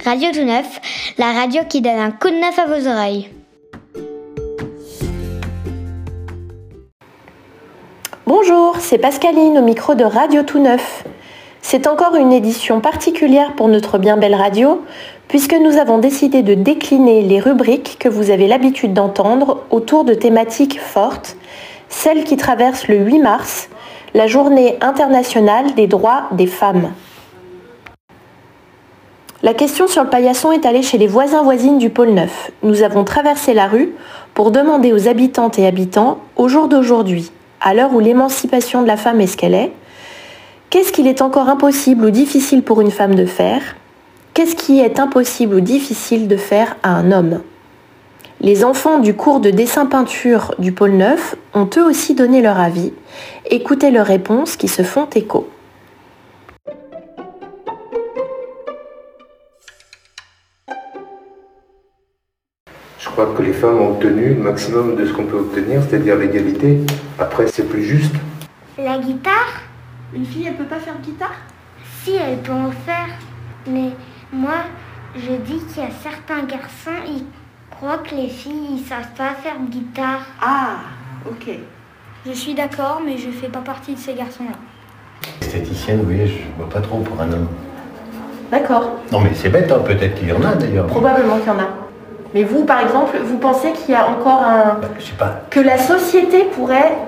Radio Tout Neuf, la radio qui donne un coup de neuf à vos oreilles. Bonjour, c'est Pascaline au micro de Radio Tout Neuf. C'est encore une édition particulière pour notre bien belle radio, puisque nous avons décidé de décliner les rubriques que vous avez l'habitude d'entendre autour de thématiques fortes, celles qui traversent le 8 mars, la journée internationale des droits des femmes. La question sur le paillasson est allée chez les voisins-voisines du pôle Neuf. Nous avons traversé la rue pour demander aux habitantes et habitants, au jour d'aujourd'hui, à l'heure où l'émancipation de la femme est ce qu'elle est, qu'est-ce qu'il est encore impossible ou difficile pour une femme de faire ? Qu'est-ce qui est impossible ou difficile de faire à un homme ? Les enfants du cours de dessin-peinture du pôle Neuf ont eux aussi donné leur avis. Écoutez leurs réponses qui se font écho. Je crois que les femmes ont obtenu le maximum de ce qu'on peut obtenir, c'est-à-dire l'égalité. Après, c'est plus juste. La guitare ? Une fille, elle peut pas faire de guitare ? Si, elle peut en faire. Mais moi, je dis qu'il y a certains garçons, ils croient que les filles, ils savent pas faire de guitare. Ah, ok. Je suis d'accord, mais je fais pas partie de ces garçons-là. Esthéticienne, vous voyez, je vois pas trop pour un homme. D'accord. Non mais c'est bête, hein, peut-être qu'il y en a d'ailleurs. Probablement qu'il y en a. Mais vous, par exemple, vous pensez qu'il y a encore un... Je sais pas. Que la société pourrait,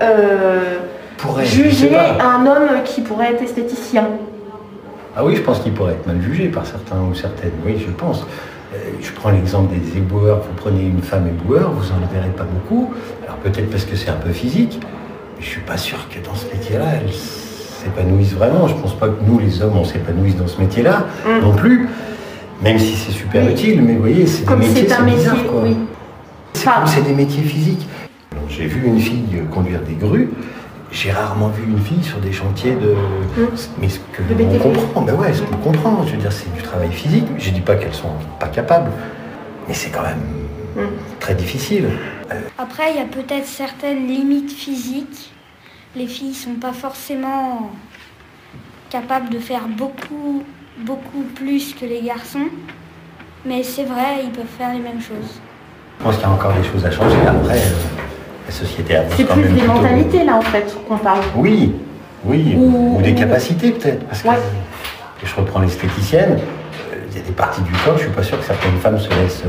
juger un homme qui pourrait être esthéticien? Ah oui, je pense qu'il pourrait être mal jugé par certains ou certaines, oui, je pense. Je prends l'exemple des éboueurs, vous prenez une femme éboueur, vous en verrez pas beaucoup. Alors peut-être parce que c'est un peu physique, mais je suis pas sûr que dans ce métier-là, elles s'épanouissent vraiment. Je pense pas que nous, les hommes, on s'épanouisse dans ce métier-là non plus. Même si c'est super utile, mais vous voyez, c'est des métiers, c'est bizarre, quoi. Oui. C'est des métiers physiques. J'ai vu une fille conduire des grues, j'ai rarement vu une fille sur des chantiers de... Mais ce que on comprend, ben ouais, ce qu'on comprend, je veux dire, c'est du travail physique. Je dis pas qu'elles sont pas capables, mais c'est quand même très difficile. Après, il y a peut-être certaines limites physiques. Les filles sont pas forcément capables de faire beaucoup plus que les garçons, mais c'est vrai, ils peuvent faire les mêmes choses. Je pense qu'il y a encore des choses à changer. Après, la société avance c'est quand plus même des plutôt... mentalités, là, en fait, qu'on parle. Oui, ou des capacités, peut-être. Parce que je reprends l'esthéticienne, il y a des parties du corps, je suis pas sûr que certaines femmes se laissent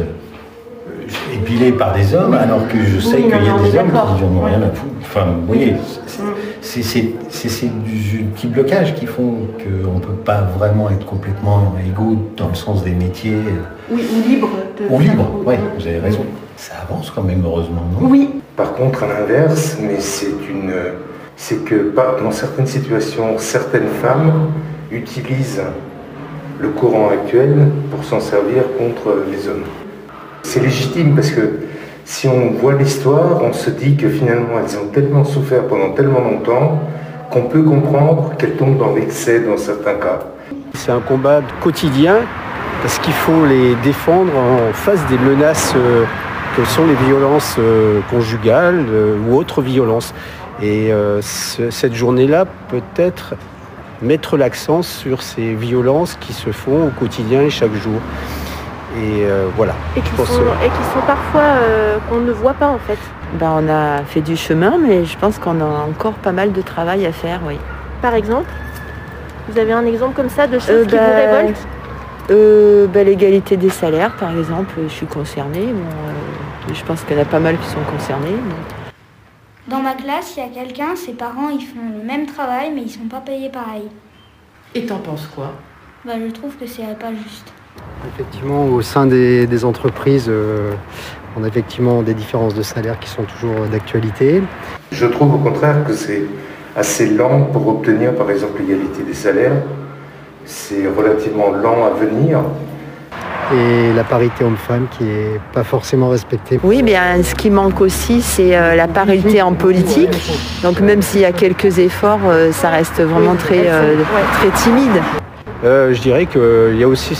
épiler par des hommes, alors que je sais qu'il y a des hommes qui n'en ont rien à foutre. Enfin, vous voyez, c'est du petit blocage qui font qu'on ne peut pas vraiment être complètement égaux dans le sens des métiers. Oui, ou libre. Oui, vous avez raison. Ça avance quand même, heureusement, non ? Oui. Par contre, à l'inverse, mais c'est que dans certaines situations, certaines femmes utilisent le courant actuel pour s'en servir contre les hommes. C'est légitime parce que si on voit l'histoire, on se dit que finalement elles ont tellement souffert pendant tellement longtemps qu'on peut comprendre qu'elles tombent dans l'excès dans certains cas. C'est un combat quotidien parce qu'il faut les défendre en face des menaces que sont les violences conjugales ou autres violences. Et cette journée-là peut-être mettre l'accent sur ces violences qui se font au quotidien et chaque jour. Et voilà. Et qui sont parfois qu'on ne voit pas en fait. On a fait du chemin, mais je pense qu'on a encore pas mal de travail à faire, oui. Par exemple, vous avez un exemple comme ça de choses qui vous révoltent? L'égalité des salaires, par exemple, je suis concernée. Je pense qu'il y en a pas mal qui sont concernés. Mais... Dans ma classe, il y a quelqu'un, ses parents, ils font le même travail, mais ils sont pas payés pareil. Et t'en penses quoi? Je trouve que c'est pas juste. Effectivement, au sein des entreprises, on a effectivement des différences de salaire qui sont toujours d'actualité. Je trouve au contraire que c'est assez lent pour obtenir par exemple l'égalité des salaires. C'est relativement lent à venir. Et la parité homme-femme qui n'est pas forcément respectée. Oui, ce qui manque aussi, c'est la parité en politique. Donc même s'il y a quelques efforts, ça reste vraiment très timide. Je dirais qu'il y a aussi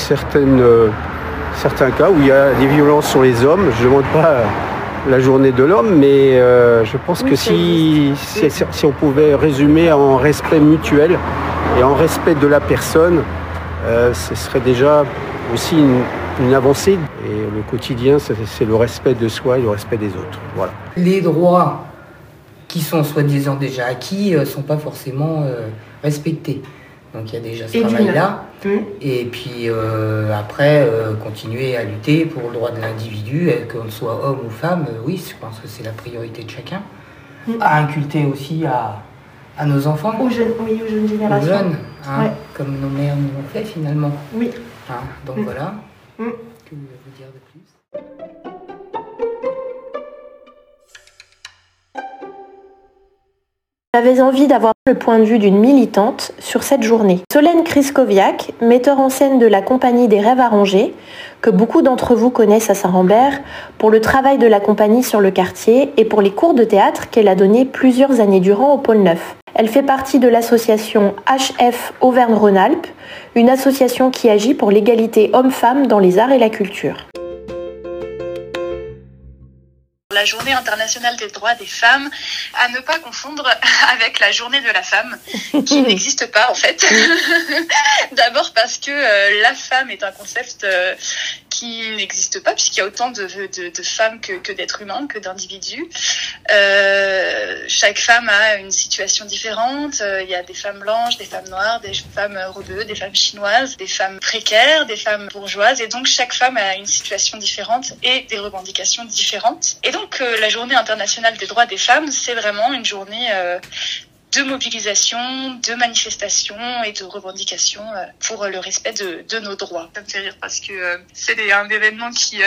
certains cas où il y a des violences sur les hommes. Je ne demande pas la journée de l'homme, mais je pense que si on pouvait résumer en respect mutuel et en respect de la personne, ce serait déjà aussi une avancée. Et le quotidien, c'est le respect de soi et le respect des autres. Voilà. Les droits qui sont soi-disant déjà acquis ne sont pas forcément respectés. Donc il y a déjà ce travail-là. Et puis après, continuer à lutter pour le droit de l'individu, qu'on soit homme ou femme, oui, je pense que c'est la priorité de chacun. À inculter aussi à nos enfants. Aux jeunes générations. Aux jeunes, comme nos mères nous l'ont fait finalement. Oui. Donc voilà. Que vous dire de plus ? J'avais envie d'avoir le point de vue d'une militante sur cette journée. Solène Kryskowiak, metteur en scène de la Compagnie des Rêves Arrangés, que beaucoup d'entre vous connaissent à Saint-Rambert, pour le travail de la compagnie sur le quartier et pour les cours de théâtre qu'elle a donnés plusieurs années durant au Pôle Neuf. Elle fait partie de l'association HF Auvergne-Rhône-Alpes, une association qui agit pour l'égalité homme-femme dans les arts et la culture. La journée internationale des droits des femmes, à ne pas confondre avec la journée de la femme, qui n'existe pas en fait. D'abord parce que la femme est un concept qui n'existe pas, puisqu'il y a autant de femmes que d'êtres humains, que d'individus. Chaque femme a une situation différente. Il y a des femmes blanches, des femmes noires, des femmes rebeux, des femmes chinoises, des femmes précaires, des femmes bourgeoises. Et donc chaque femme a une situation différente et des revendications différentes. Et donc la journée internationale des droits des femmes, c'est vraiment une journée de mobilisation, de manifestation et de revendication pour le respect de nos droits. Ça me fait rire parce que c'est un événement qui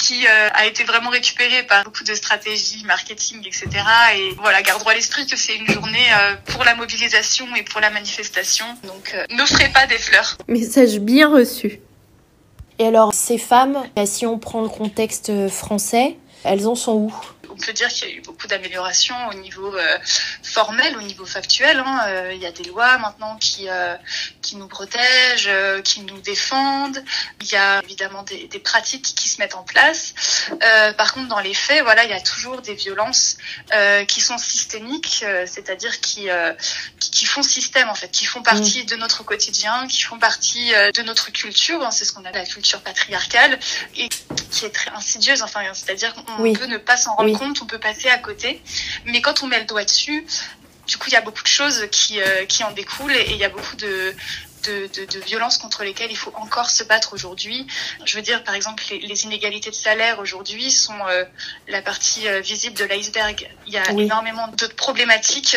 a été vraiment récupéré par beaucoup de stratégies marketing, etc. Et voilà, gardons à l'esprit que c'est une journée pour la mobilisation et pour la manifestation. Donc n'offrez pas des fleurs. Message bien reçu. Et alors, ces femmes, si on prend le contexte français, elles en sont où ? On peut dire qu'il y a eu beaucoup d'améliorations au niveau formel, au niveau factuel. Il y a des lois maintenant qui nous protègent, qui nous défendent. Il y a évidemment des pratiques qui se mettent en place. Par contre, dans les faits, voilà, il y a toujours des violences qui sont systémiques, c'est-à-dire qui font système en fait, qui font partie de notre quotidien, qui font partie de notre culture. C'est ce qu'on appelle la culture patriarcale et qui est très insidieuse. Enfin, c'est-à-dire qu'on peut ne pas s'en rendre compte. On peut passer à côté, mais quand on met le doigt dessus, du coup il y a beaucoup de choses qui en découlent et il y a beaucoup de violences contre lesquelles il faut encore se battre aujourd'hui. Je veux dire, par exemple, les inégalités de salaire aujourd'hui sont la partie visible de l'iceberg. Il y a énormément d'autres problématiques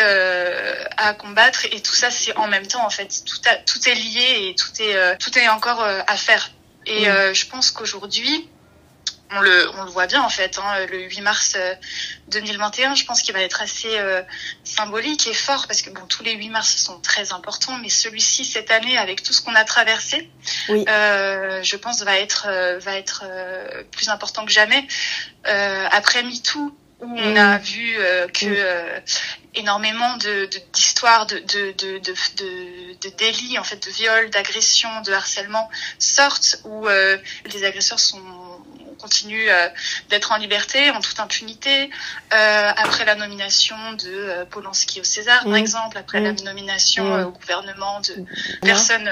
à combattre et tout ça c'est en même temps en fait. Tout est lié et tout est encore à faire. Et je pense qu'aujourd'hui on le voit bien en fait, le 8 mars 2021, je pense qu'il va être assez symbolique et fort parce que bon, tous les 8 mars sont très importants, mais celui-ci cette année avec tout ce qu'on a traversé, je pense va être plus important que jamais. Après MeToo, où on a vu que énormément d'histoires de délits en fait, de viols, d'agressions, de harcèlement sortent, où les agresseurs continue d'être en liberté, en toute impunité. Après la nomination de Polanski au César, par exemple, après la nomination au gouvernement de personnes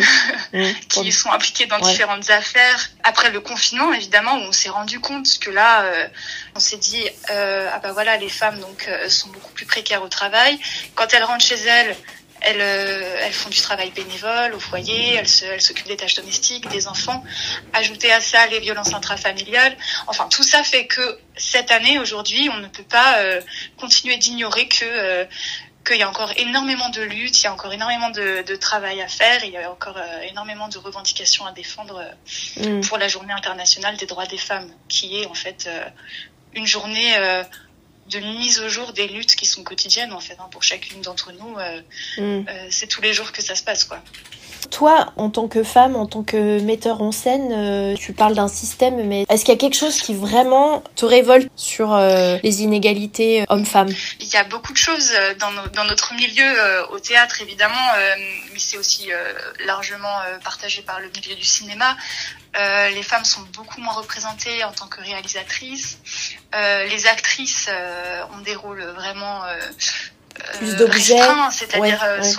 qui sont impliquées dans différentes affaires. Après le confinement, évidemment, où on s'est rendu compte que là, on s'est dit, les femmes donc sont beaucoup plus précaires au travail. Quand elles rentrent chez elles, elles font du travail bénévole au foyer, elles s'occupent des tâches domestiques, des enfants. Ajouter à ça les violences intrafamiliales. Enfin, tout ça fait que cette année, aujourd'hui, on ne peut pas continuer d'ignorer qu'il y a encore énormément de luttes, il y a encore énormément de travail à faire, il y a encore énormément de revendications à défendre pour la Journée internationale des droits des femmes, qui est en fait une journée de mise au jour des luttes qui sont quotidiennes en fait, pour chacune d'entre nous. C'est tous les jours que ça se passe, quoi. Toi, en tant que femme, en tant que metteur en scène, tu parles d'un système, mais est-ce qu'il y a quelque chose qui vraiment te révolte sur les inégalités hommes-femmes ? Il y a beaucoup de choses dans notre milieu, au théâtre évidemment, mais c'est aussi largement partagé par le milieu du cinéma. Les femmes sont beaucoup moins représentées en tant que réalisatrices. Les actrices ont des rôles vraiment plus d'objets, restreints, c'est-à-dire soit des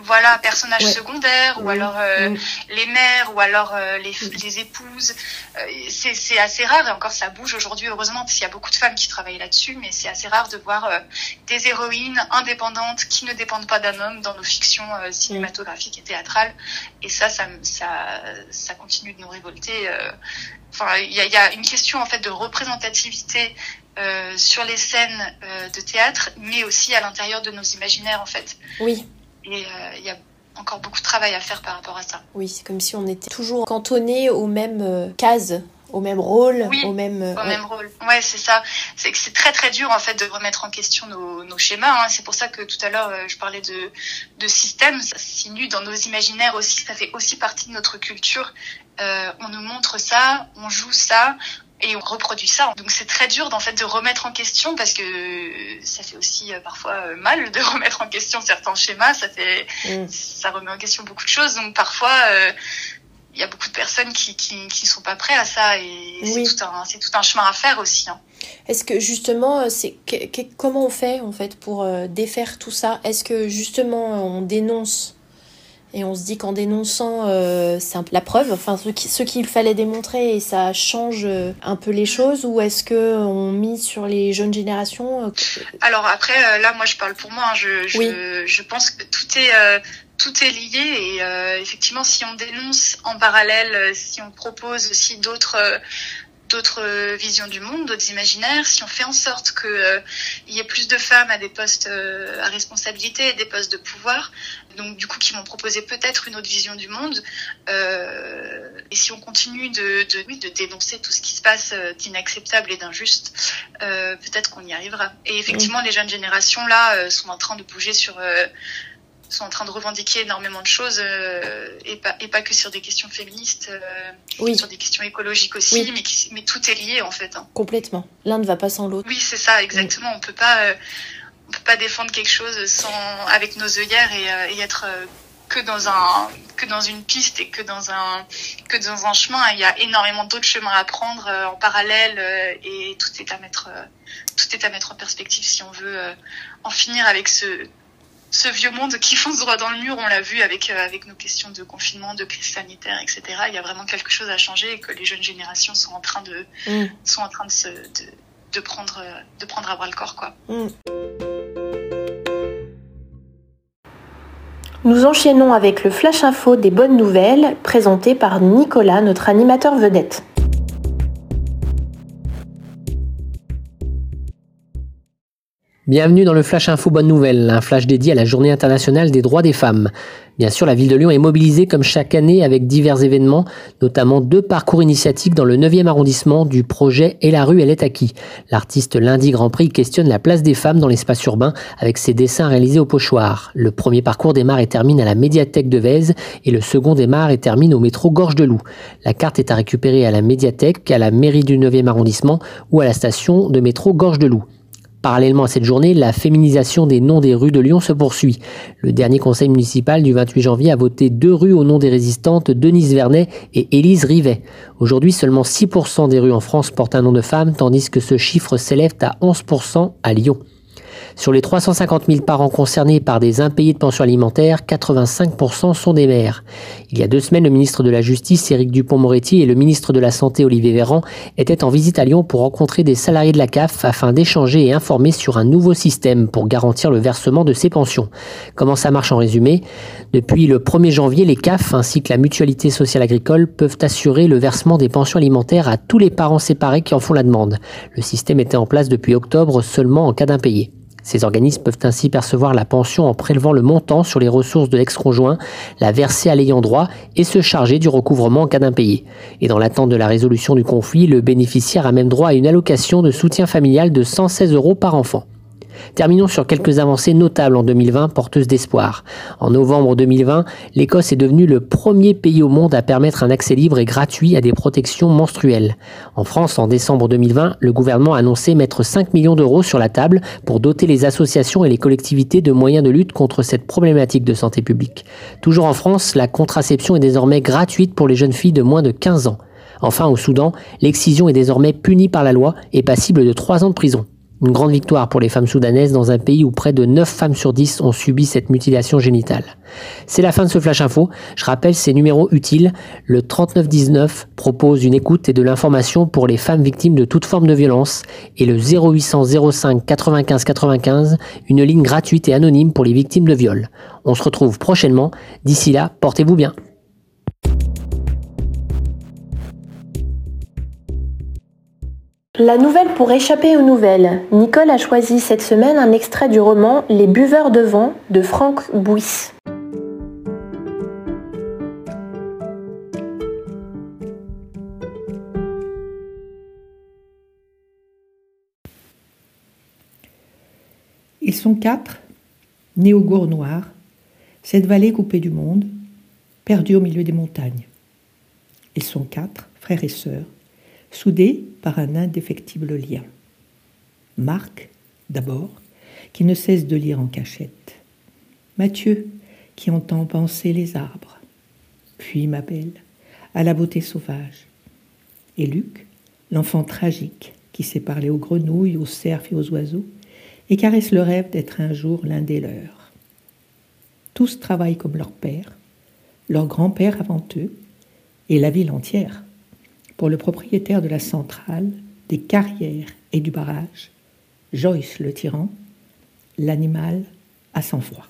voilà, personnages secondaires, ou alors les mères, ou alors les épouses. C'est assez rare, et encore ça bouge aujourd'hui, heureusement, parce qu'il y a beaucoup de femmes qui travaillent là-dessus, mais c'est assez rare de voir des héroïnes indépendantes qui ne dépendent pas d'un homme dans nos fictions cinématographiques et théâtrales. Et ça continue de nous révolter. Enfin, il y a une question en fait de représentativité sur les scènes de théâtre, mais aussi à l'intérieur de nos imaginaires en fait. Oui. Et il y a encore beaucoup de travail à faire par rapport à ça. Oui, c'est comme si on était toujours cantonné aux mêmes cases, au même rôle, au même rôle. Ouais, c'est ça. C'est que c'est très très dur en fait de remettre en question nos schémas. Hein. C'est pour ça que tout à l'heure je parlais de système. Ça s'insinue dans nos imaginaires aussi. Ça fait aussi partie de notre culture. On nous montre ça, on joue ça. Et on reproduit ça. Donc c'est très dur en fait de remettre en question, parce que ça fait aussi parfois mal de remettre en question certains schémas. Ça remet en question beaucoup de choses. Donc parfois il y a beaucoup de personnes qui sont pas prêts à ça, et c'est tout un chemin à faire aussi. Hein. Est-ce que justement comment on fait en fait pour défaire tout ça? Est-ce que justement on dénonce? Et on se dit qu'en dénonçant, c'est un peu la preuve, enfin ce qu'il fallait démontrer, et ça change un peu les choses, ou est-ce qu'on mise sur les jeunes générations? Alors après, là, moi je parle pour moi, hein, je pense que tout est lié, et effectivement, si on dénonce en parallèle, si on propose aussi d'autres visions du monde, d'autres imaginaires, si on fait en sorte il y ait plus de femmes à des postes à responsabilité et des postes de pouvoir, donc du coup qui vont proposer peut-être une autre vision du monde, et si on continue de dénoncer tout ce qui se passe d'inacceptable et d'injuste, peut-être qu'on y arrivera. Et effectivement, les jeunes générations là sont en train de bouger sont en train de revendiquer énormément de choses, et pas que sur des questions féministes, sur des questions écologiques aussi, mais tout est lié en fait. Hein. Complètement. L'un ne va pas sans l'autre. Oui, c'est ça, exactement. On peut pas défendre quelque chose avec nos œillères et être que dans une piste et que dans un chemin. Il y a énormément d'autres chemins à prendre en parallèle, et tout est à mettre en perspective si on veut en finir avec ce vieux monde qui fonce droit dans le mur. On l'a vu avec nos questions de confinement, de crise sanitaire, etc. Il y a vraiment quelque chose à changer, et que les jeunes générations sont en train de prendre à bras le corps, quoi. Nous enchaînons avec le Flash Info des bonnes nouvelles, présenté par Nicolas, notre animateur vedette. Bienvenue dans le Flash Info Bonne Nouvelle, un flash dédié à la Journée internationale des droits des femmes. Bien sûr, la ville de Lyon est mobilisée comme chaque année avec divers événements, notamment 2 parcours initiatiques dans le 9e arrondissement du projet Et la rue, elle est à qui ? L'artiste Lundi Grand Prix questionne la place des femmes dans l'espace urbain avec ses dessins réalisés au pochoir. Le premier parcours démarre et termine à la médiathèque de Vèze, et le second démarre et termine au métro Gorge de Loup. La carte est à récupérer à la médiathèque, à la mairie du 9e arrondissement ou à la station de métro Gorge de Loup. Parallèlement à cette journée, la féminisation des noms des rues de Lyon se poursuit. Le dernier conseil municipal du 28 janvier a voté 2 rues au nom des résistantes Denise Vernet et Élise Rivet. Aujourd'hui, seulement 6% des rues en France portent un nom de femme, tandis que ce chiffre s'élève à 11% à Lyon. Sur les 350 000 parents concernés par des impayés de pension alimentaire, 85% sont des mères. Il y a 2 semaines, le ministre de la Justice, Éric Dupond-Moretti, et le ministre de la Santé, Olivier Véran, étaient en visite à Lyon pour rencontrer des salariés de la CAF afin d'échanger et informer sur un nouveau système pour garantir le versement de ces pensions. Comment ça marche en résumé ? Depuis le 1er janvier, les CAF ainsi que la Mutualité sociale agricole peuvent assurer le versement des pensions alimentaires à tous les parents séparés qui en font la demande. Le système était en place depuis octobre seulement en cas d'impayé. Ces organismes peuvent ainsi percevoir la pension en prélevant le montant sur les ressources de l'ex-conjoint, la verser à l'ayant droit et se charger du recouvrement en cas d'impayé. Et dans l'attente de la résolution du conflit, le bénéficiaire a même droit à une allocation de soutien familial de 116 € par enfant. Terminons sur quelques avancées notables en 2020, porteuses d'espoir. En novembre 2020, l'Écosse est devenue le premier pays au monde à permettre un accès libre et gratuit à des protections menstruelles. En France, en décembre 2020, le gouvernement a annoncé mettre 5 millions d'euros sur la table pour doter les associations et les collectivités de moyens de lutte contre cette problématique de santé publique. Toujours en France, la contraception est désormais gratuite pour les jeunes filles de moins de 15 ans. Enfin, au Soudan, l'excision est désormais punie par la loi et passible de 3 ans de prison. Une grande victoire pour les femmes soudanaises dans un pays où près de 9 femmes sur 10 ont subi cette mutilation génitale. C'est la fin de ce Flash Info. Je rappelle ces numéros utiles. Le 3919 propose une écoute et de l'information pour les femmes victimes de toute forme de violence et le 0800 05 95 95, une ligne gratuite et anonyme pour les victimes de viol. On se retrouve prochainement. D'ici là, portez-vous bien. La nouvelle pour échapper aux nouvelles. Nicole a choisi cette semaine un extrait du roman Les buveurs de vent de Franck Bouys. Ils sont 4, nés au Gour Noir, cette vallée coupée du monde, perdue au milieu des montagnes. Ils sont 4, frères et sœurs, soudés par un indéfectible lien. Marc, d'abord, qui ne cesse de lire en cachette. Mathieu, qui entend penser les arbres. Puis Mabel, à la beauté sauvage. Et Luc, l'enfant tragique, qui sait parler aux grenouilles, aux cerfs et aux oiseaux, et caresse le rêve d'être un jour l'un des leurs. Tous travaillent comme leur père, leur grand-père avant eux, et la ville entière. Pour le propriétaire de la centrale, des carrières et du barrage, Joyce le tyran, l'animal à sang-froid.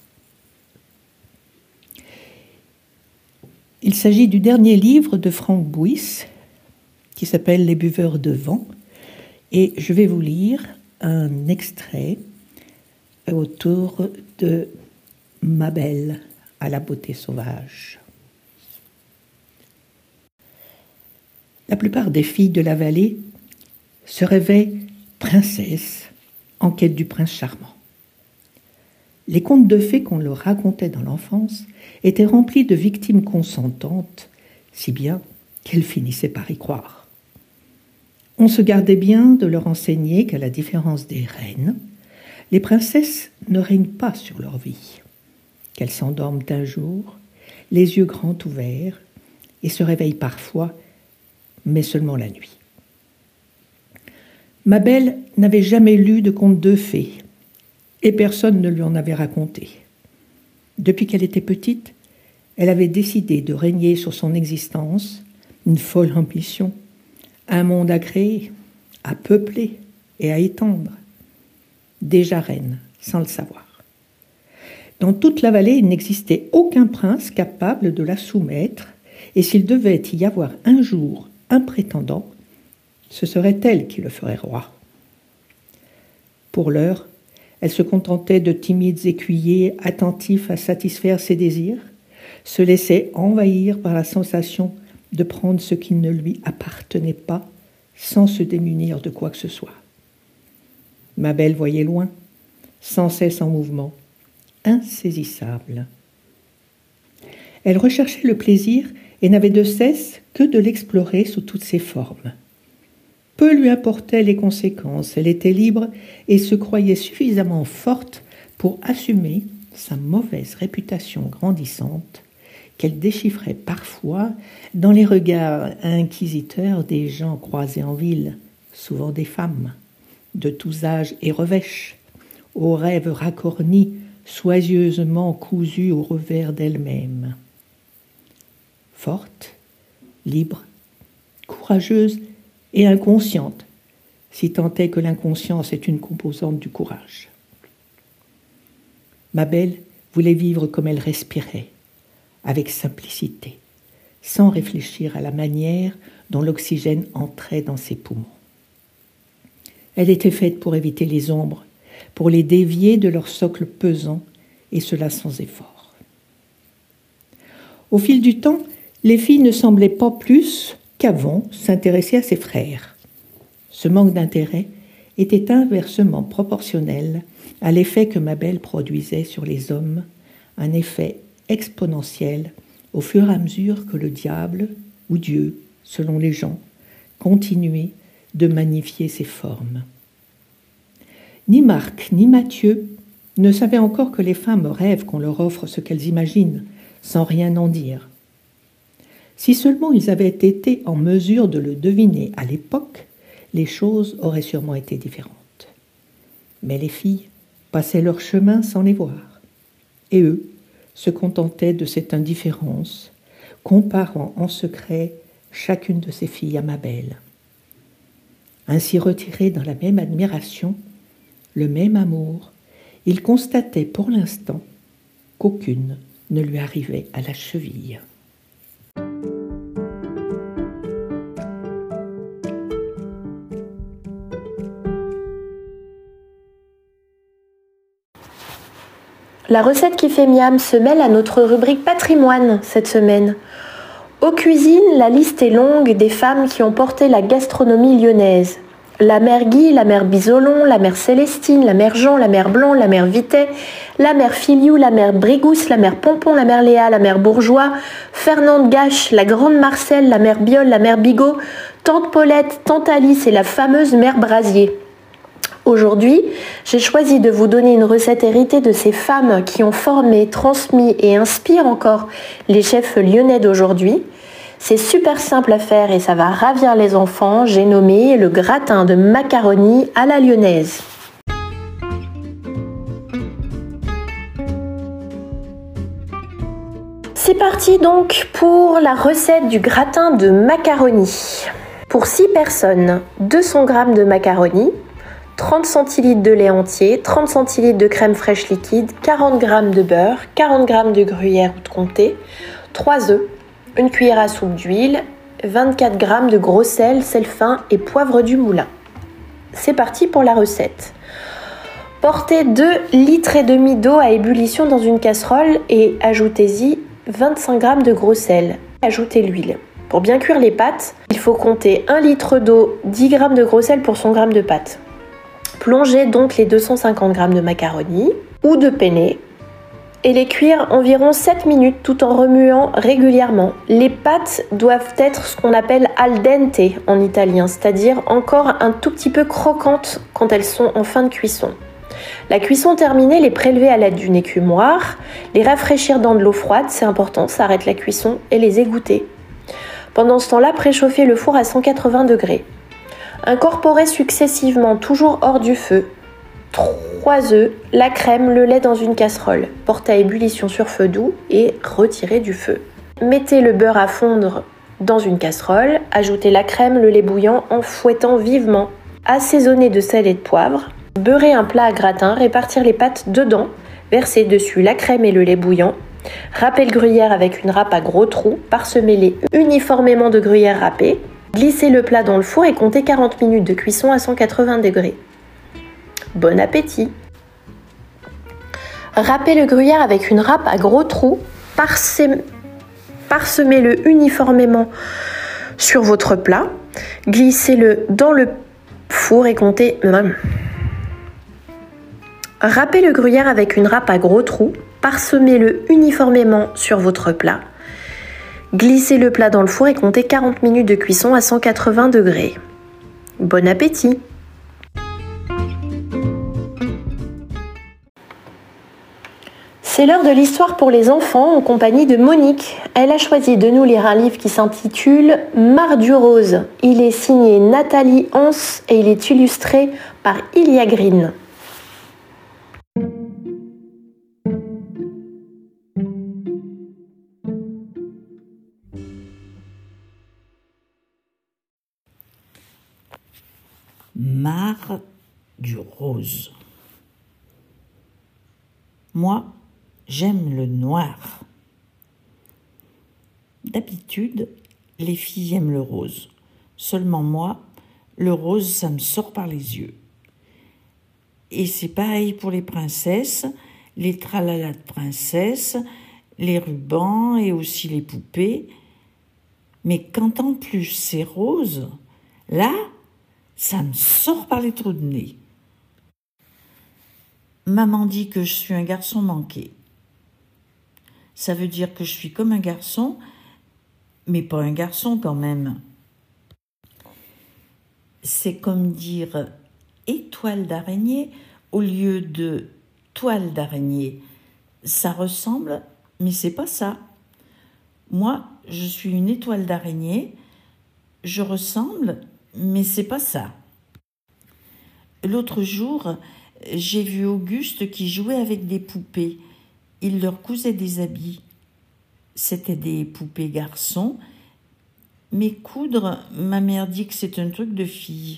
Il s'agit du dernier livre de Franck Bouys, qui s'appelle Les buveurs de vent, et je vais vous lire un extrait autour de Mabel à la beauté sauvage. La plupart des filles de la vallée se rêvaient princesses en quête du prince charmant. Les contes de fées qu'on leur racontait dans l'enfance étaient remplis de victimes consentantes, si bien qu'elles finissaient par y croire. On se gardait bien de leur enseigner qu'à la différence des reines, les princesses ne règnent pas sur leur vie, qu'elles s'endorment un jour, les yeux grands ouverts, et se réveillent parfois, mais seulement la nuit. Mabel n'avait jamais lu de contes de fées, et personne ne lui en avait raconté. Depuis qu'elle était petite, elle avait décidé de régner sur son existence, une folle ambition, un monde à créer, à peupler et à étendre. Déjà reine, sans le savoir. Dans toute la vallée, il n'existait aucun prince capable de la soumettre, et s'il devait y avoir un jour un prétendant, ce serait elle qui le ferait roi. Pour l'heure, elle se contentait de timides écuyers attentifs à satisfaire ses désirs, se laissait envahir par la sensation de prendre ce qui ne lui appartenait pas sans se démunir de quoi que ce soit. Mabel voyait loin, sans cesse en mouvement, insaisissable. Elle recherchait le plaisir et n'avait de cesse que de l'explorer sous toutes ses formes. Peu lui importaient les conséquences, elle était libre et se croyait suffisamment forte pour assumer sa mauvaise réputation grandissante qu'elle déchiffrait parfois dans les regards inquisiteurs des gens croisés en ville, souvent des femmes, de tous âges et revêches, aux rêves racornis, soigneusement cousus au revers d'elle-même. Forte, libre, courageuse et inconsciente, si tant est que l'inconscience est une composante du courage. Mabel voulait vivre comme elle respirait, avec simplicité, sans réfléchir à la manière dont l'oxygène entrait dans ses poumons. Elle était faite pour éviter les ombres, pour les dévier de leur socle pesant, et cela sans effort. Au fil du temps, les filles ne semblaient pas plus qu'avant s'intéresser à ses frères. Ce manque d'intérêt était inversement proportionnel à l'effet que Mabel produisait sur les hommes, un effet exponentiel au fur et à mesure que le diable, ou Dieu, selon les gens, continuait de magnifier ses formes. Ni Marc ni Mathieu ne savaient encore que les femmes rêvent qu'on leur offre ce qu'elles imaginent, sans rien en dire. Si seulement ils avaient été en mesure de le deviner à l'époque, les choses auraient sûrement été différentes. Mais les filles passaient leur chemin sans les voir. Et eux se contentaient de cette indifférence, comparant en secret chacune de ses filles à ma belle. Ainsi retirés dans la même admiration, le même amour, ils constataient pour l'instant qu'aucune ne lui arrivait à la cheville. La recette qui fait miam se mêle à notre rubrique patrimoine cette semaine. Aux cuisines, la liste est longue des femmes qui ont porté la gastronomie lyonnaise. La mère Guy, la mère Bisolon, la mère Célestine, la mère Jean, la mère Blanc, la mère Vitet, la mère Filiou, la mère Brigousse, la mère Pompon, la mère Léa, la mère Bourgeois, Fernande Gache, la grande Marcelle, la mère Biol, la mère Bigot, tante Paulette, tante Alice et la fameuse mère Brasier. Aujourd'hui, j'ai choisi de vous donner une recette héritée de ces femmes qui ont formé, transmis et inspirent encore les chefs lyonnais d'aujourd'hui. C'est super simple à faire et ça va ravir les enfants. J'ai nommé le gratin de macaroni à la lyonnaise. C'est parti donc pour la recette du gratin de macaroni. Pour 6 personnes, 200 g de macaroni, 30 centilitres de lait entier, 30 centilitres de crème fraîche liquide, 40 g de beurre, 40 g de gruyère ou de comté, 3 œufs, une cuillère à soupe d'huile, 24 g de gros sel, sel fin et poivre du moulin. C'est parti pour la recette. Portez 2,5 litres d'eau à ébullition dans une casserole et ajoutez-y 25 g de gros sel. Ajoutez l'huile. Pour bien cuire les pâtes, il faut compter 1 litre d'eau, 10 g de gros sel pour 100 g de pâtes. Plongez donc les 250 g de macaroni ou de penne et les cuire environ 7 minutes tout en remuant régulièrement. Les pâtes doivent être ce qu'on appelle al dente en italien, c'est-à-dire encore un tout petit peu croquantes quand elles sont en fin de cuisson. La cuisson terminée, les prélever à l'aide d'une écumoire, les rafraîchir dans de l'eau froide, c'est important, ça arrête la cuisson, et les égoutter. Pendant ce temps-là, préchauffez le four à 180 degrés. Incorporez successivement, toujours hors du feu, 3 œufs, la crème, le lait dans une casserole. Portez à ébullition sur feu doux et retirez du feu. Mettez le beurre à fondre dans une casserole, ajoutez la crème, le lait bouillant en fouettant vivement. Assaisonnez de sel et de poivre. Beurrez un plat à gratin, répartir les pâtes dedans, verser dessus la crème et le lait bouillant. Râpez le gruyère avec une râpe à gros trous, parsemez-les uniformément de gruyère râpée. Glissez le plat dans le four et comptez 40 minutes de cuisson à 180 degrés. Bon appétit! Râpez le gruyère avec une râpe à gros trous, parsemez-le uniformément sur votre plat, glissez-le dans le four et comptez... Râpez le gruyère avec une râpe à gros trous, parsemez-le uniformément sur votre plat, glissez le plat dans le four et comptez 40 minutes de cuisson à 180 degrés. Bon appétit! C'est l'heure de l'histoire pour les enfants en compagnie de Monique. Elle a choisi de nous lire un livre qui s'intitule Mar du Rose. Il est signé Nathalie Hans et il est illustré par Ilia Green. Mar du Rose. Moi, j'aime le noir. D'habitude, les filles aiment le rose. Seulement moi, le rose, ça me sort par les yeux. Et c'est pareil pour les princesses, les tralalas de princesses, les rubans et aussi les poupées. Mais quand en plus c'est rose, là, ça me sort par les trous de nez. Maman dit que je suis un garçon manqué. Ça veut dire que je suis comme un garçon, mais pas un garçon quand même. C'est comme dire étoile d'araignée au lieu de toile d'araignée. Ça ressemble, mais c'est pas ça. Moi, je suis une étoile d'araignée. Je ressemble, mais c'est pas ça. L'autre jour, j'ai vu Auguste qui jouait avec des poupées. Il leur cousait des habits. C'était des poupées garçons. Mais coudre, ma mère dit que c'est un truc de fille.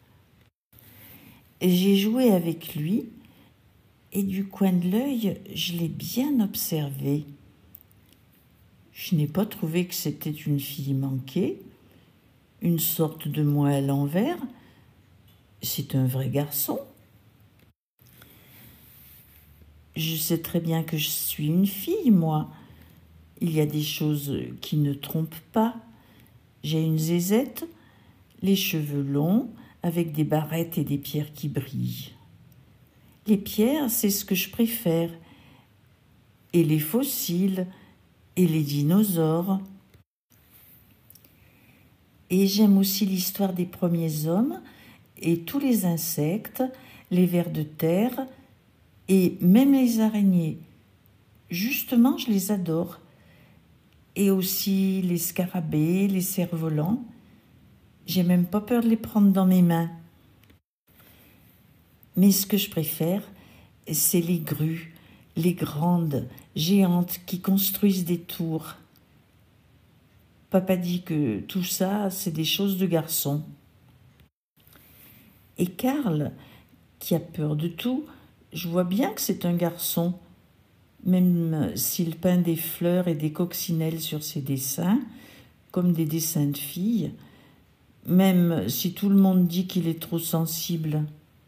J'ai joué avec lui et du coin de l'œil, je l'ai bien observé. Je n'ai pas trouvé que c'était une fille manquée, une sorte de moi à l'envers. C'est un vrai garçon. Je sais très bien que je suis une fille, moi. Il y a des choses qui ne trompent pas. J'ai une zézette, les cheveux longs, avec des barrettes et des pierres qui brillent. Les pierres, c'est ce que je préfère. Et les fossiles, et les dinosaures. Et j'aime aussi l'histoire des premiers hommes, et tous les insectes, les vers de terre, et même les araignées. Justement, je les adore. Et aussi les scarabées, les cerfs-volants. J'ai même pas peur de les prendre dans mes mains. Mais ce que je préfère, c'est les grues, les grandes, géantes qui construisent des tours. Papa dit que tout ça, c'est des choses de garçons. Et Karl, qui a peur de tout, je vois bien que c'est un garçon. Même s'il peint des fleurs et des coccinelles sur ses dessins, comme des dessins de filles, même si tout le monde dit qu'il est trop sensible.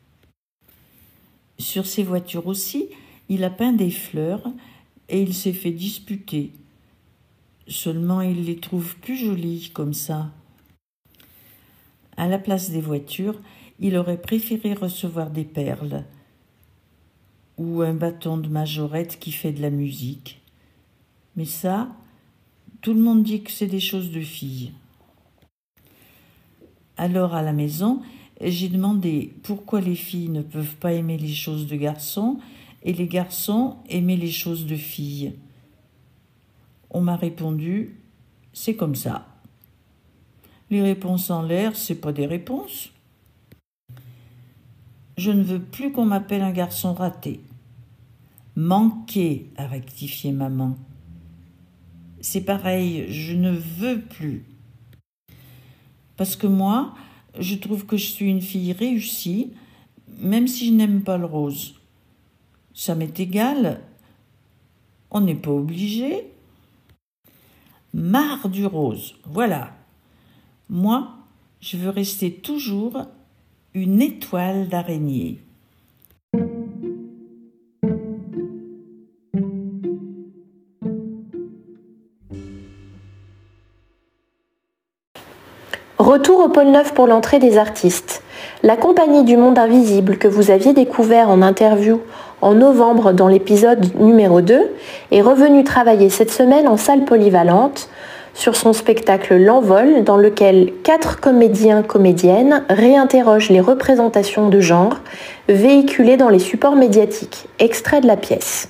Sur ses voitures aussi, il a peint des fleurs et il s'est fait disputer. Seulement, il les trouve plus jolies comme ça. À la place des voitures, il aurait préféré recevoir des perles ou un bâton de majorette qui fait de la musique. Mais ça, tout le monde dit que c'est des choses de filles. Alors à la maison, j'ai demandé pourquoi les filles ne peuvent pas aimer les choses de garçons et les garçons aimer les choses de filles. On m'a répondu, c'est comme ça. Les réponses en l'air, c'est pas des réponses. Je ne veux plus qu'on m'appelle un garçon raté. Manqué, a rectifié maman. C'est pareil, je ne veux plus. Parce que moi, je trouve que je suis une fille réussie, même si je n'aime pas le rose. Ça m'est égal. On n'est pas obligé. Marre du rose, voilà. Moi, je veux rester toujours une étoile d'araignée. Retour au pôle Neuf pour l'entrée des artistes. La compagnie du monde invisible que vous aviez découvert en interview en novembre dans l'épisode numéro 2 est revenue travailler cette semaine en salle polyvalente sur son spectacle L'Envol, dans lequel 4 comédiens-comédiennes réinterrogent les représentations de genre véhiculées dans les supports médiatiques. Extrait de la pièce.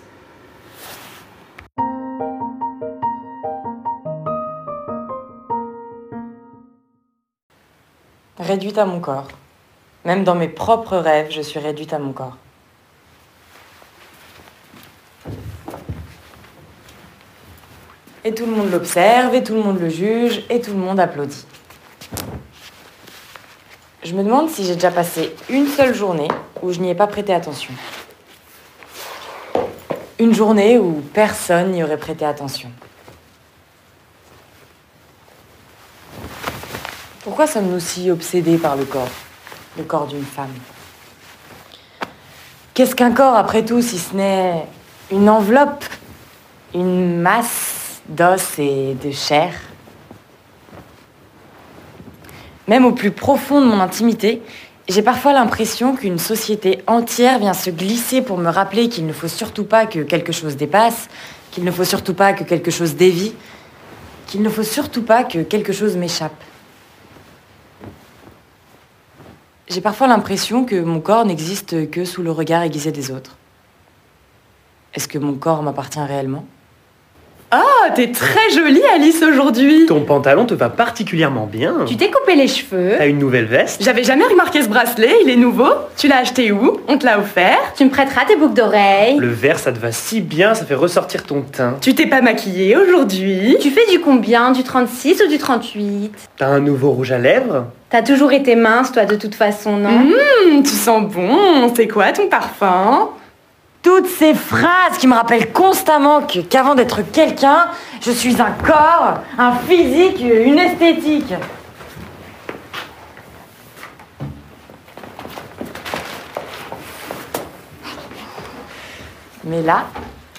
Réduite à mon corps. Même dans mes propres rêves, je suis réduite à mon corps. Et tout le monde l'observe, et tout le monde le juge, et tout le monde applaudit. Je me demande si j'ai déjà passé une seule journée où je n'y ai pas prêté attention. Une journée où personne n'y aurait prêté attention. Pourquoi sommes-nous si obsédés par le corps d'une femme? Qu'est-ce qu'un corps, après tout, si ce n'est une enveloppe, une masse d'os et de chair? Même au plus profond de mon intimité, j'ai parfois l'impression qu'une société entière vient se glisser pour me rappeler qu'il ne faut surtout pas que quelque chose dépasse, qu'il ne faut surtout pas que quelque chose dévie, qu'il ne faut surtout pas que quelque chose m'échappe. J'ai parfois l'impression que mon corps n'existe que sous le regard aiguisé des autres. Est-ce que mon corps m'appartient réellement ? Oh, t'es très jolie Alice aujourd'hui. Ton pantalon te va particulièrement bien. Tu t'es coupé les cheveux. T'as une nouvelle veste. J'avais jamais remarqué ce bracelet, il est nouveau. Tu l'as acheté où? On te l'a offert. Tu me prêteras tes boucles d'oreilles. Le vert, ça te va si bien, ça fait ressortir ton teint. Tu t'es pas maquillée aujourd'hui. Tu fais du combien? Du 36 ou du 38? T'as un nouveau rouge à lèvres. T'as toujours été mince, toi, de toute façon, non? Tu sens bon. C'est quoi ton parfum? Toutes ces phrases qui me rappellent constamment qu'avant d'être quelqu'un, je suis un corps, un physique, une esthétique. Mais là,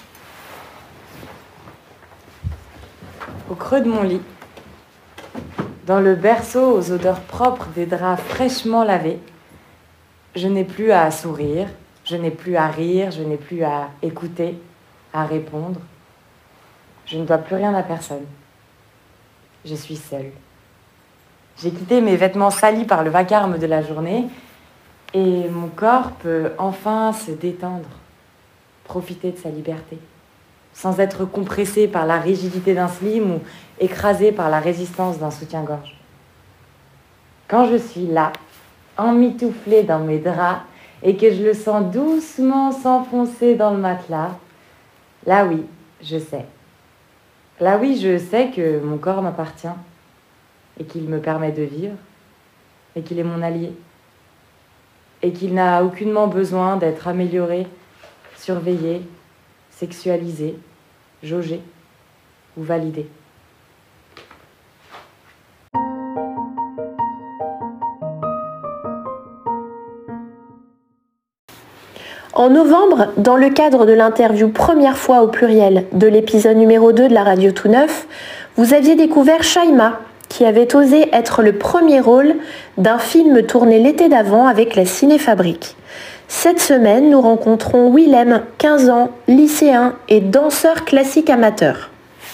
au creux de mon lit, dans le berceau aux odeurs propres des draps fraîchement lavés, je n'ai plus à sourire. Je n'ai plus à rire, je n'ai plus à écouter, à répondre. Je ne dois plus rien à personne. Je suis seule. J'ai quitté mes vêtements salis par le vacarme de la journée et mon corps peut enfin se détendre, profiter de sa liberté, sans être compressé par la rigidité d'un slim ou écrasé par la résistance d'un soutien-gorge. Quand je suis là, emmitouflée dans mes draps, et que je le sens doucement s'enfoncer dans le matelas, là oui, je sais. Là oui, je sais que mon corps m'appartient et qu'il me permet de vivre et qu'il est mon allié et qu'il n'a aucunement besoin d'être amélioré, surveillé, sexualisé, jaugé ou validé. En novembre, dans le cadre de l'interview Première fois au pluriel de l'épisode numéro 2 de la radio Tout Neuf, vous aviez découvert Shaima, qui avait osé être le premier rôle d'un film tourné l'été d'avant avec la Cinéfabrique. Cette semaine, nous rencontrons Willem, 15 ans, lycéen et danseur classique amateur.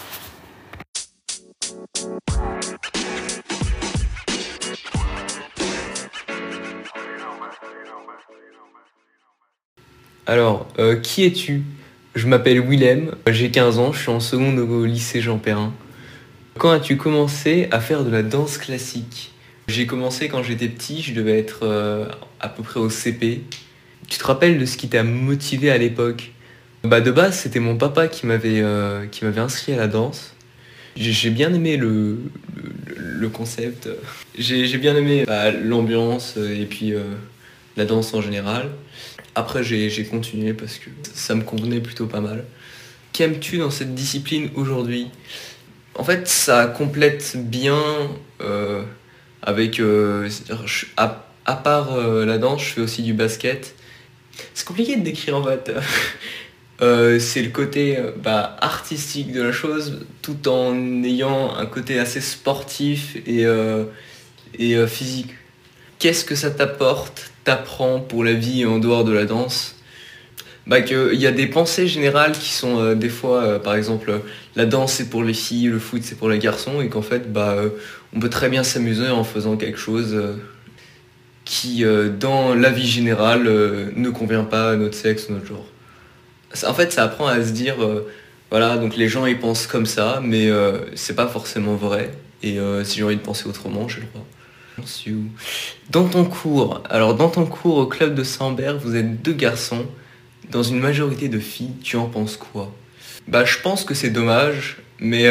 Alors, qui es-tu? Je m'appelle Willem, j'ai 15 ans, je suis en seconde au lycée Jean Perrin. Quand as-tu commencé à faire de la danse classique? J'ai commencé quand j'étais petit, je devais être à peu près au CP. Tu te rappelles de ce qui t'a motivé à l'époque? De base, c'était mon papa qui m'avait inscrit à la danse. J'ai bien aimé le concept. J'ai bien aimé l'ambiance et puis la danse en général. Après, j'ai continué parce que ça me convenait plutôt pas mal. Qu'aimes-tu dans cette discipline aujourd'hui? En fait, ça complète bien avec... à part la danse, je fais aussi du basket. C'est compliqué de décrire en fait. C'est le côté artistique de la chose, tout en ayant un côté assez sportif et physique. Qu'est-ce que ça t'apprend pour la vie en dehors de la danse? Qu'il y a des pensées générales qui sont des fois, par exemple, la danse c'est pour les filles, le foot c'est pour les garçons, et qu'en fait, on peut très bien s'amuser en faisant quelque chose qui, dans la vie générale, ne convient pas à notre sexe ou notre genre. En fait, ça apprend à se dire, voilà, donc les gens ils pensent comme ça, mais c'est pas forcément vrai, et si j'ai envie de penser autrement, j'ai le droit. Dans ton cours au club de Saint-Bert, vous êtes 2 garçons, dans une majorité de filles, tu en penses quoi? Je pense que c'est dommage, mais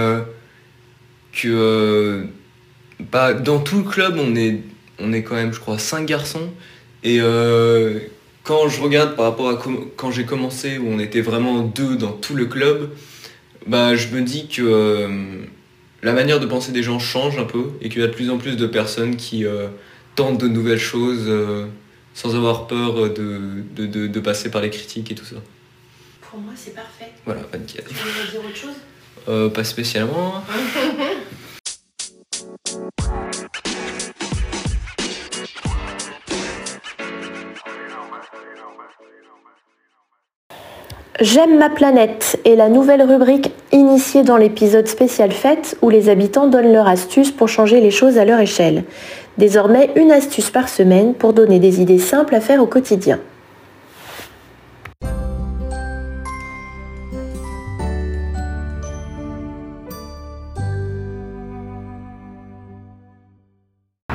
dans tout le club, on est quand même, je crois, 5 garçons, et quand je regarde par rapport à quand j'ai commencé, où on était vraiment 2 dans tout le club, je me dis que la manière de penser des gens change un peu et qu'il y a de plus en plus de personnes qui tentent de nouvelles choses sans avoir peur de passer par les critiques et tout ça. Pour moi, c'est parfait. Voilà, pas nickel. Tu veux dire autre chose? Pas spécialement. J'aime ma planète est la nouvelle rubrique initiée dans l'épisode spécial fête où les habitants donnent leur astuce pour changer les choses à leur échelle. Désormais, une astuce par semaine pour donner des idées simples à faire au quotidien.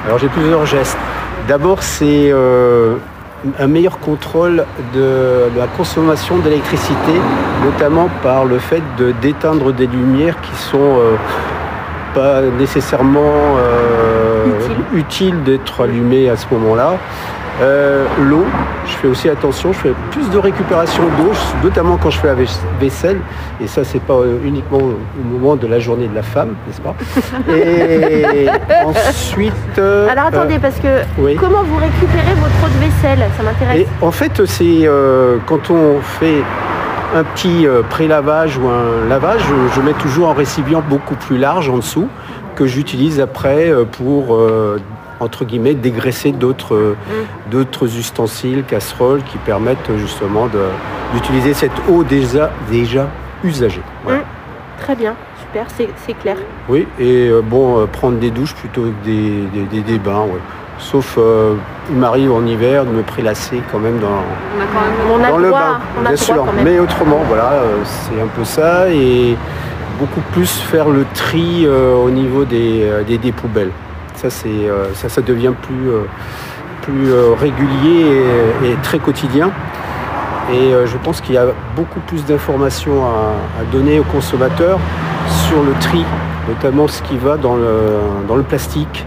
Alors j'ai plusieurs gestes. D'abord, c'est un meilleur contrôle de la consommation d'électricité, notamment par le fait d'éteindre des lumières qui sont pas nécessairement utiles d'être allumées à ce moment-là. L'eau, je fais aussi attention, je fais plus de récupération d'eau, notamment quand je fais la vaisselle, et ça c'est pas uniquement au moment de la journée de la femme, n'est-ce pas? Et ensuite... Alors attendez, parce que oui. Comment vous récupérez votre eau de vaisselle? Ça m'intéresse. Et en fait, c'est quand on fait un petit pré-lavage ou un lavage, je mets toujours un récipient beaucoup plus large en dessous que j'utilise après pour... entre guillemets, dégraisser d'autres ustensiles, casseroles qui permettent justement d'utiliser cette eau déjà usagée. Voilà. Très bien, super, c'est clair. Oui, et prendre des douches plutôt que des bains, ouais. Sauf, il m'arrive en hiver de me prélasser quand même dans le bain, bien sûr. Mais autrement, voilà, c'est un peu ça, et beaucoup plus faire le tri au niveau des poubelles. Ça devient plus régulier et très quotidien. Et je pense qu'il y a beaucoup plus d'informations à donner aux consommateurs sur le tri, notamment ce qui va dans le plastique.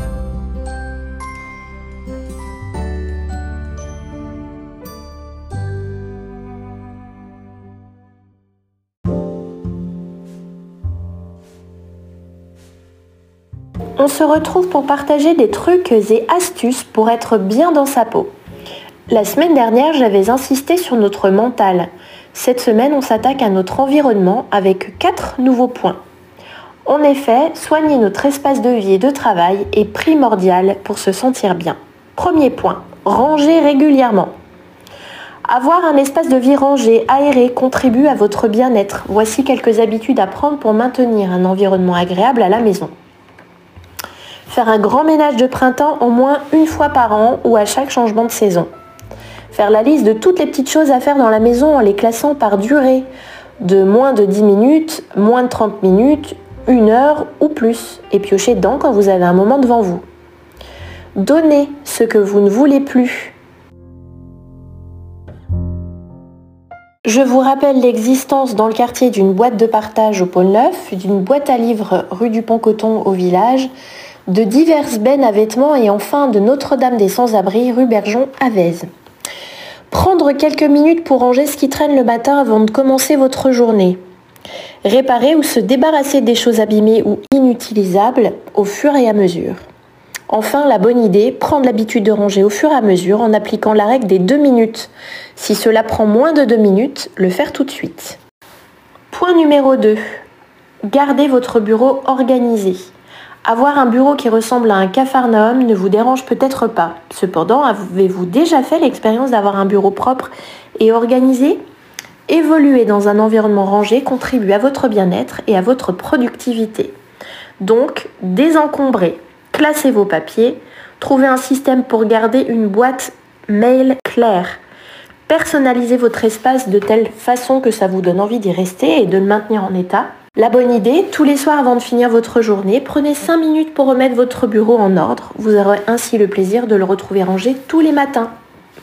On se retrouve pour partager des trucs et astuces pour être bien dans sa peau. La semaine dernière, j'avais insisté sur notre mental. Cette semaine, on s'attaque à notre environnement avec 4 nouveaux points. En effet, soigner notre espace de vie et de travail est primordial pour se sentir bien. Premier point, ranger régulièrement. Avoir un espace de vie rangé, aéré, contribue à votre bien-être. Voici quelques habitudes à prendre pour maintenir un environnement agréable à la maison. Faire un grand ménage de printemps au moins une fois par an ou à chaque changement de saison. Faire la liste de toutes les petites choses à faire dans la maison en les classant par durée, de moins de 10 minutes, moins de 30 minutes, 1 heure ou plus, et piocher dedans quand vous avez un moment devant vous. Donnez ce que vous ne voulez plus. Je vous rappelle l'existence dans le quartier d'une boîte de partage au Pôle Neuf, d'une boîte à livres rue du Pont-Coton au village, de diverses bennes à vêtements et enfin de Notre-Dame des Sans-Abris rue Bergeon à Vèze. Prendre quelques minutes pour ranger ce qui traîne le matin avant de commencer votre journée. Réparer ou se débarrasser des choses abîmées ou inutilisables au fur et à mesure. Enfin, la bonne idée, prendre l'habitude de ranger au fur et à mesure en appliquant la règle des 2 minutes. Si cela prend moins de 2 minutes, le faire tout de suite. Point numéro 2. Gardez votre bureau organisé. Avoir un bureau qui ressemble à un capharnaüm ne vous dérange peut-être pas. Cependant, avez-vous déjà fait l'expérience d'avoir un bureau propre et organisé ? Évoluer dans un environnement rangé contribue à votre bien-être et à votre productivité. Donc, désencombrez, classez vos papiers, trouvez un système pour garder une boîte mail claire. Personnalisez votre espace de telle façon que ça vous donne envie d'y rester et de le maintenir en état. La bonne idée, tous les soirs avant de finir votre journée, prenez 5 minutes pour remettre votre bureau en ordre. Vous aurez ainsi le plaisir de le retrouver rangé tous les matins.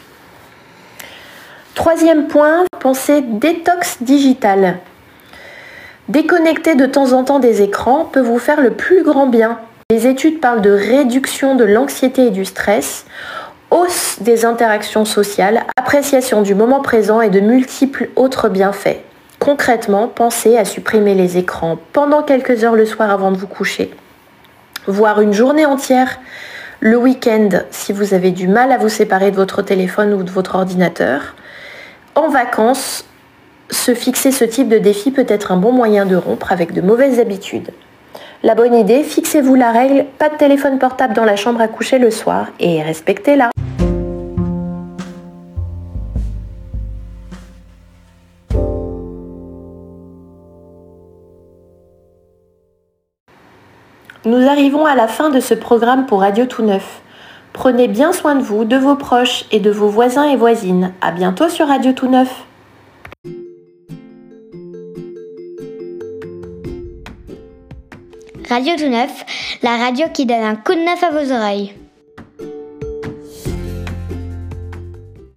Troisième point, pensez détox digital. Déconnecter de temps en temps des écrans peut vous faire le plus grand bien. Les études parlent de réduction de l'anxiété et du stress, hausse des interactions sociales, appréciation du moment présent et de multiples autres bienfaits. Concrètement, pensez à supprimer les écrans pendant quelques heures le soir avant de vous coucher. Voire une journée entière le week-end si vous avez du mal à vous séparer de votre téléphone ou de votre ordinateur. En vacances, se fixer ce type de défi peut être un bon moyen de rompre avec de mauvaises habitudes. La bonne idée, fixez-vous la règle, pas de téléphone portable dans la chambre à coucher le soir et respectez-la. Nous arrivons à la fin de ce programme pour Radio Tout Neuf. Prenez bien soin de vous, de vos proches et de vos voisins et voisines. À bientôt sur Radio Tout Neuf. Radio Tout Neuf, la radio qui donne un coup de neuf à vos oreilles.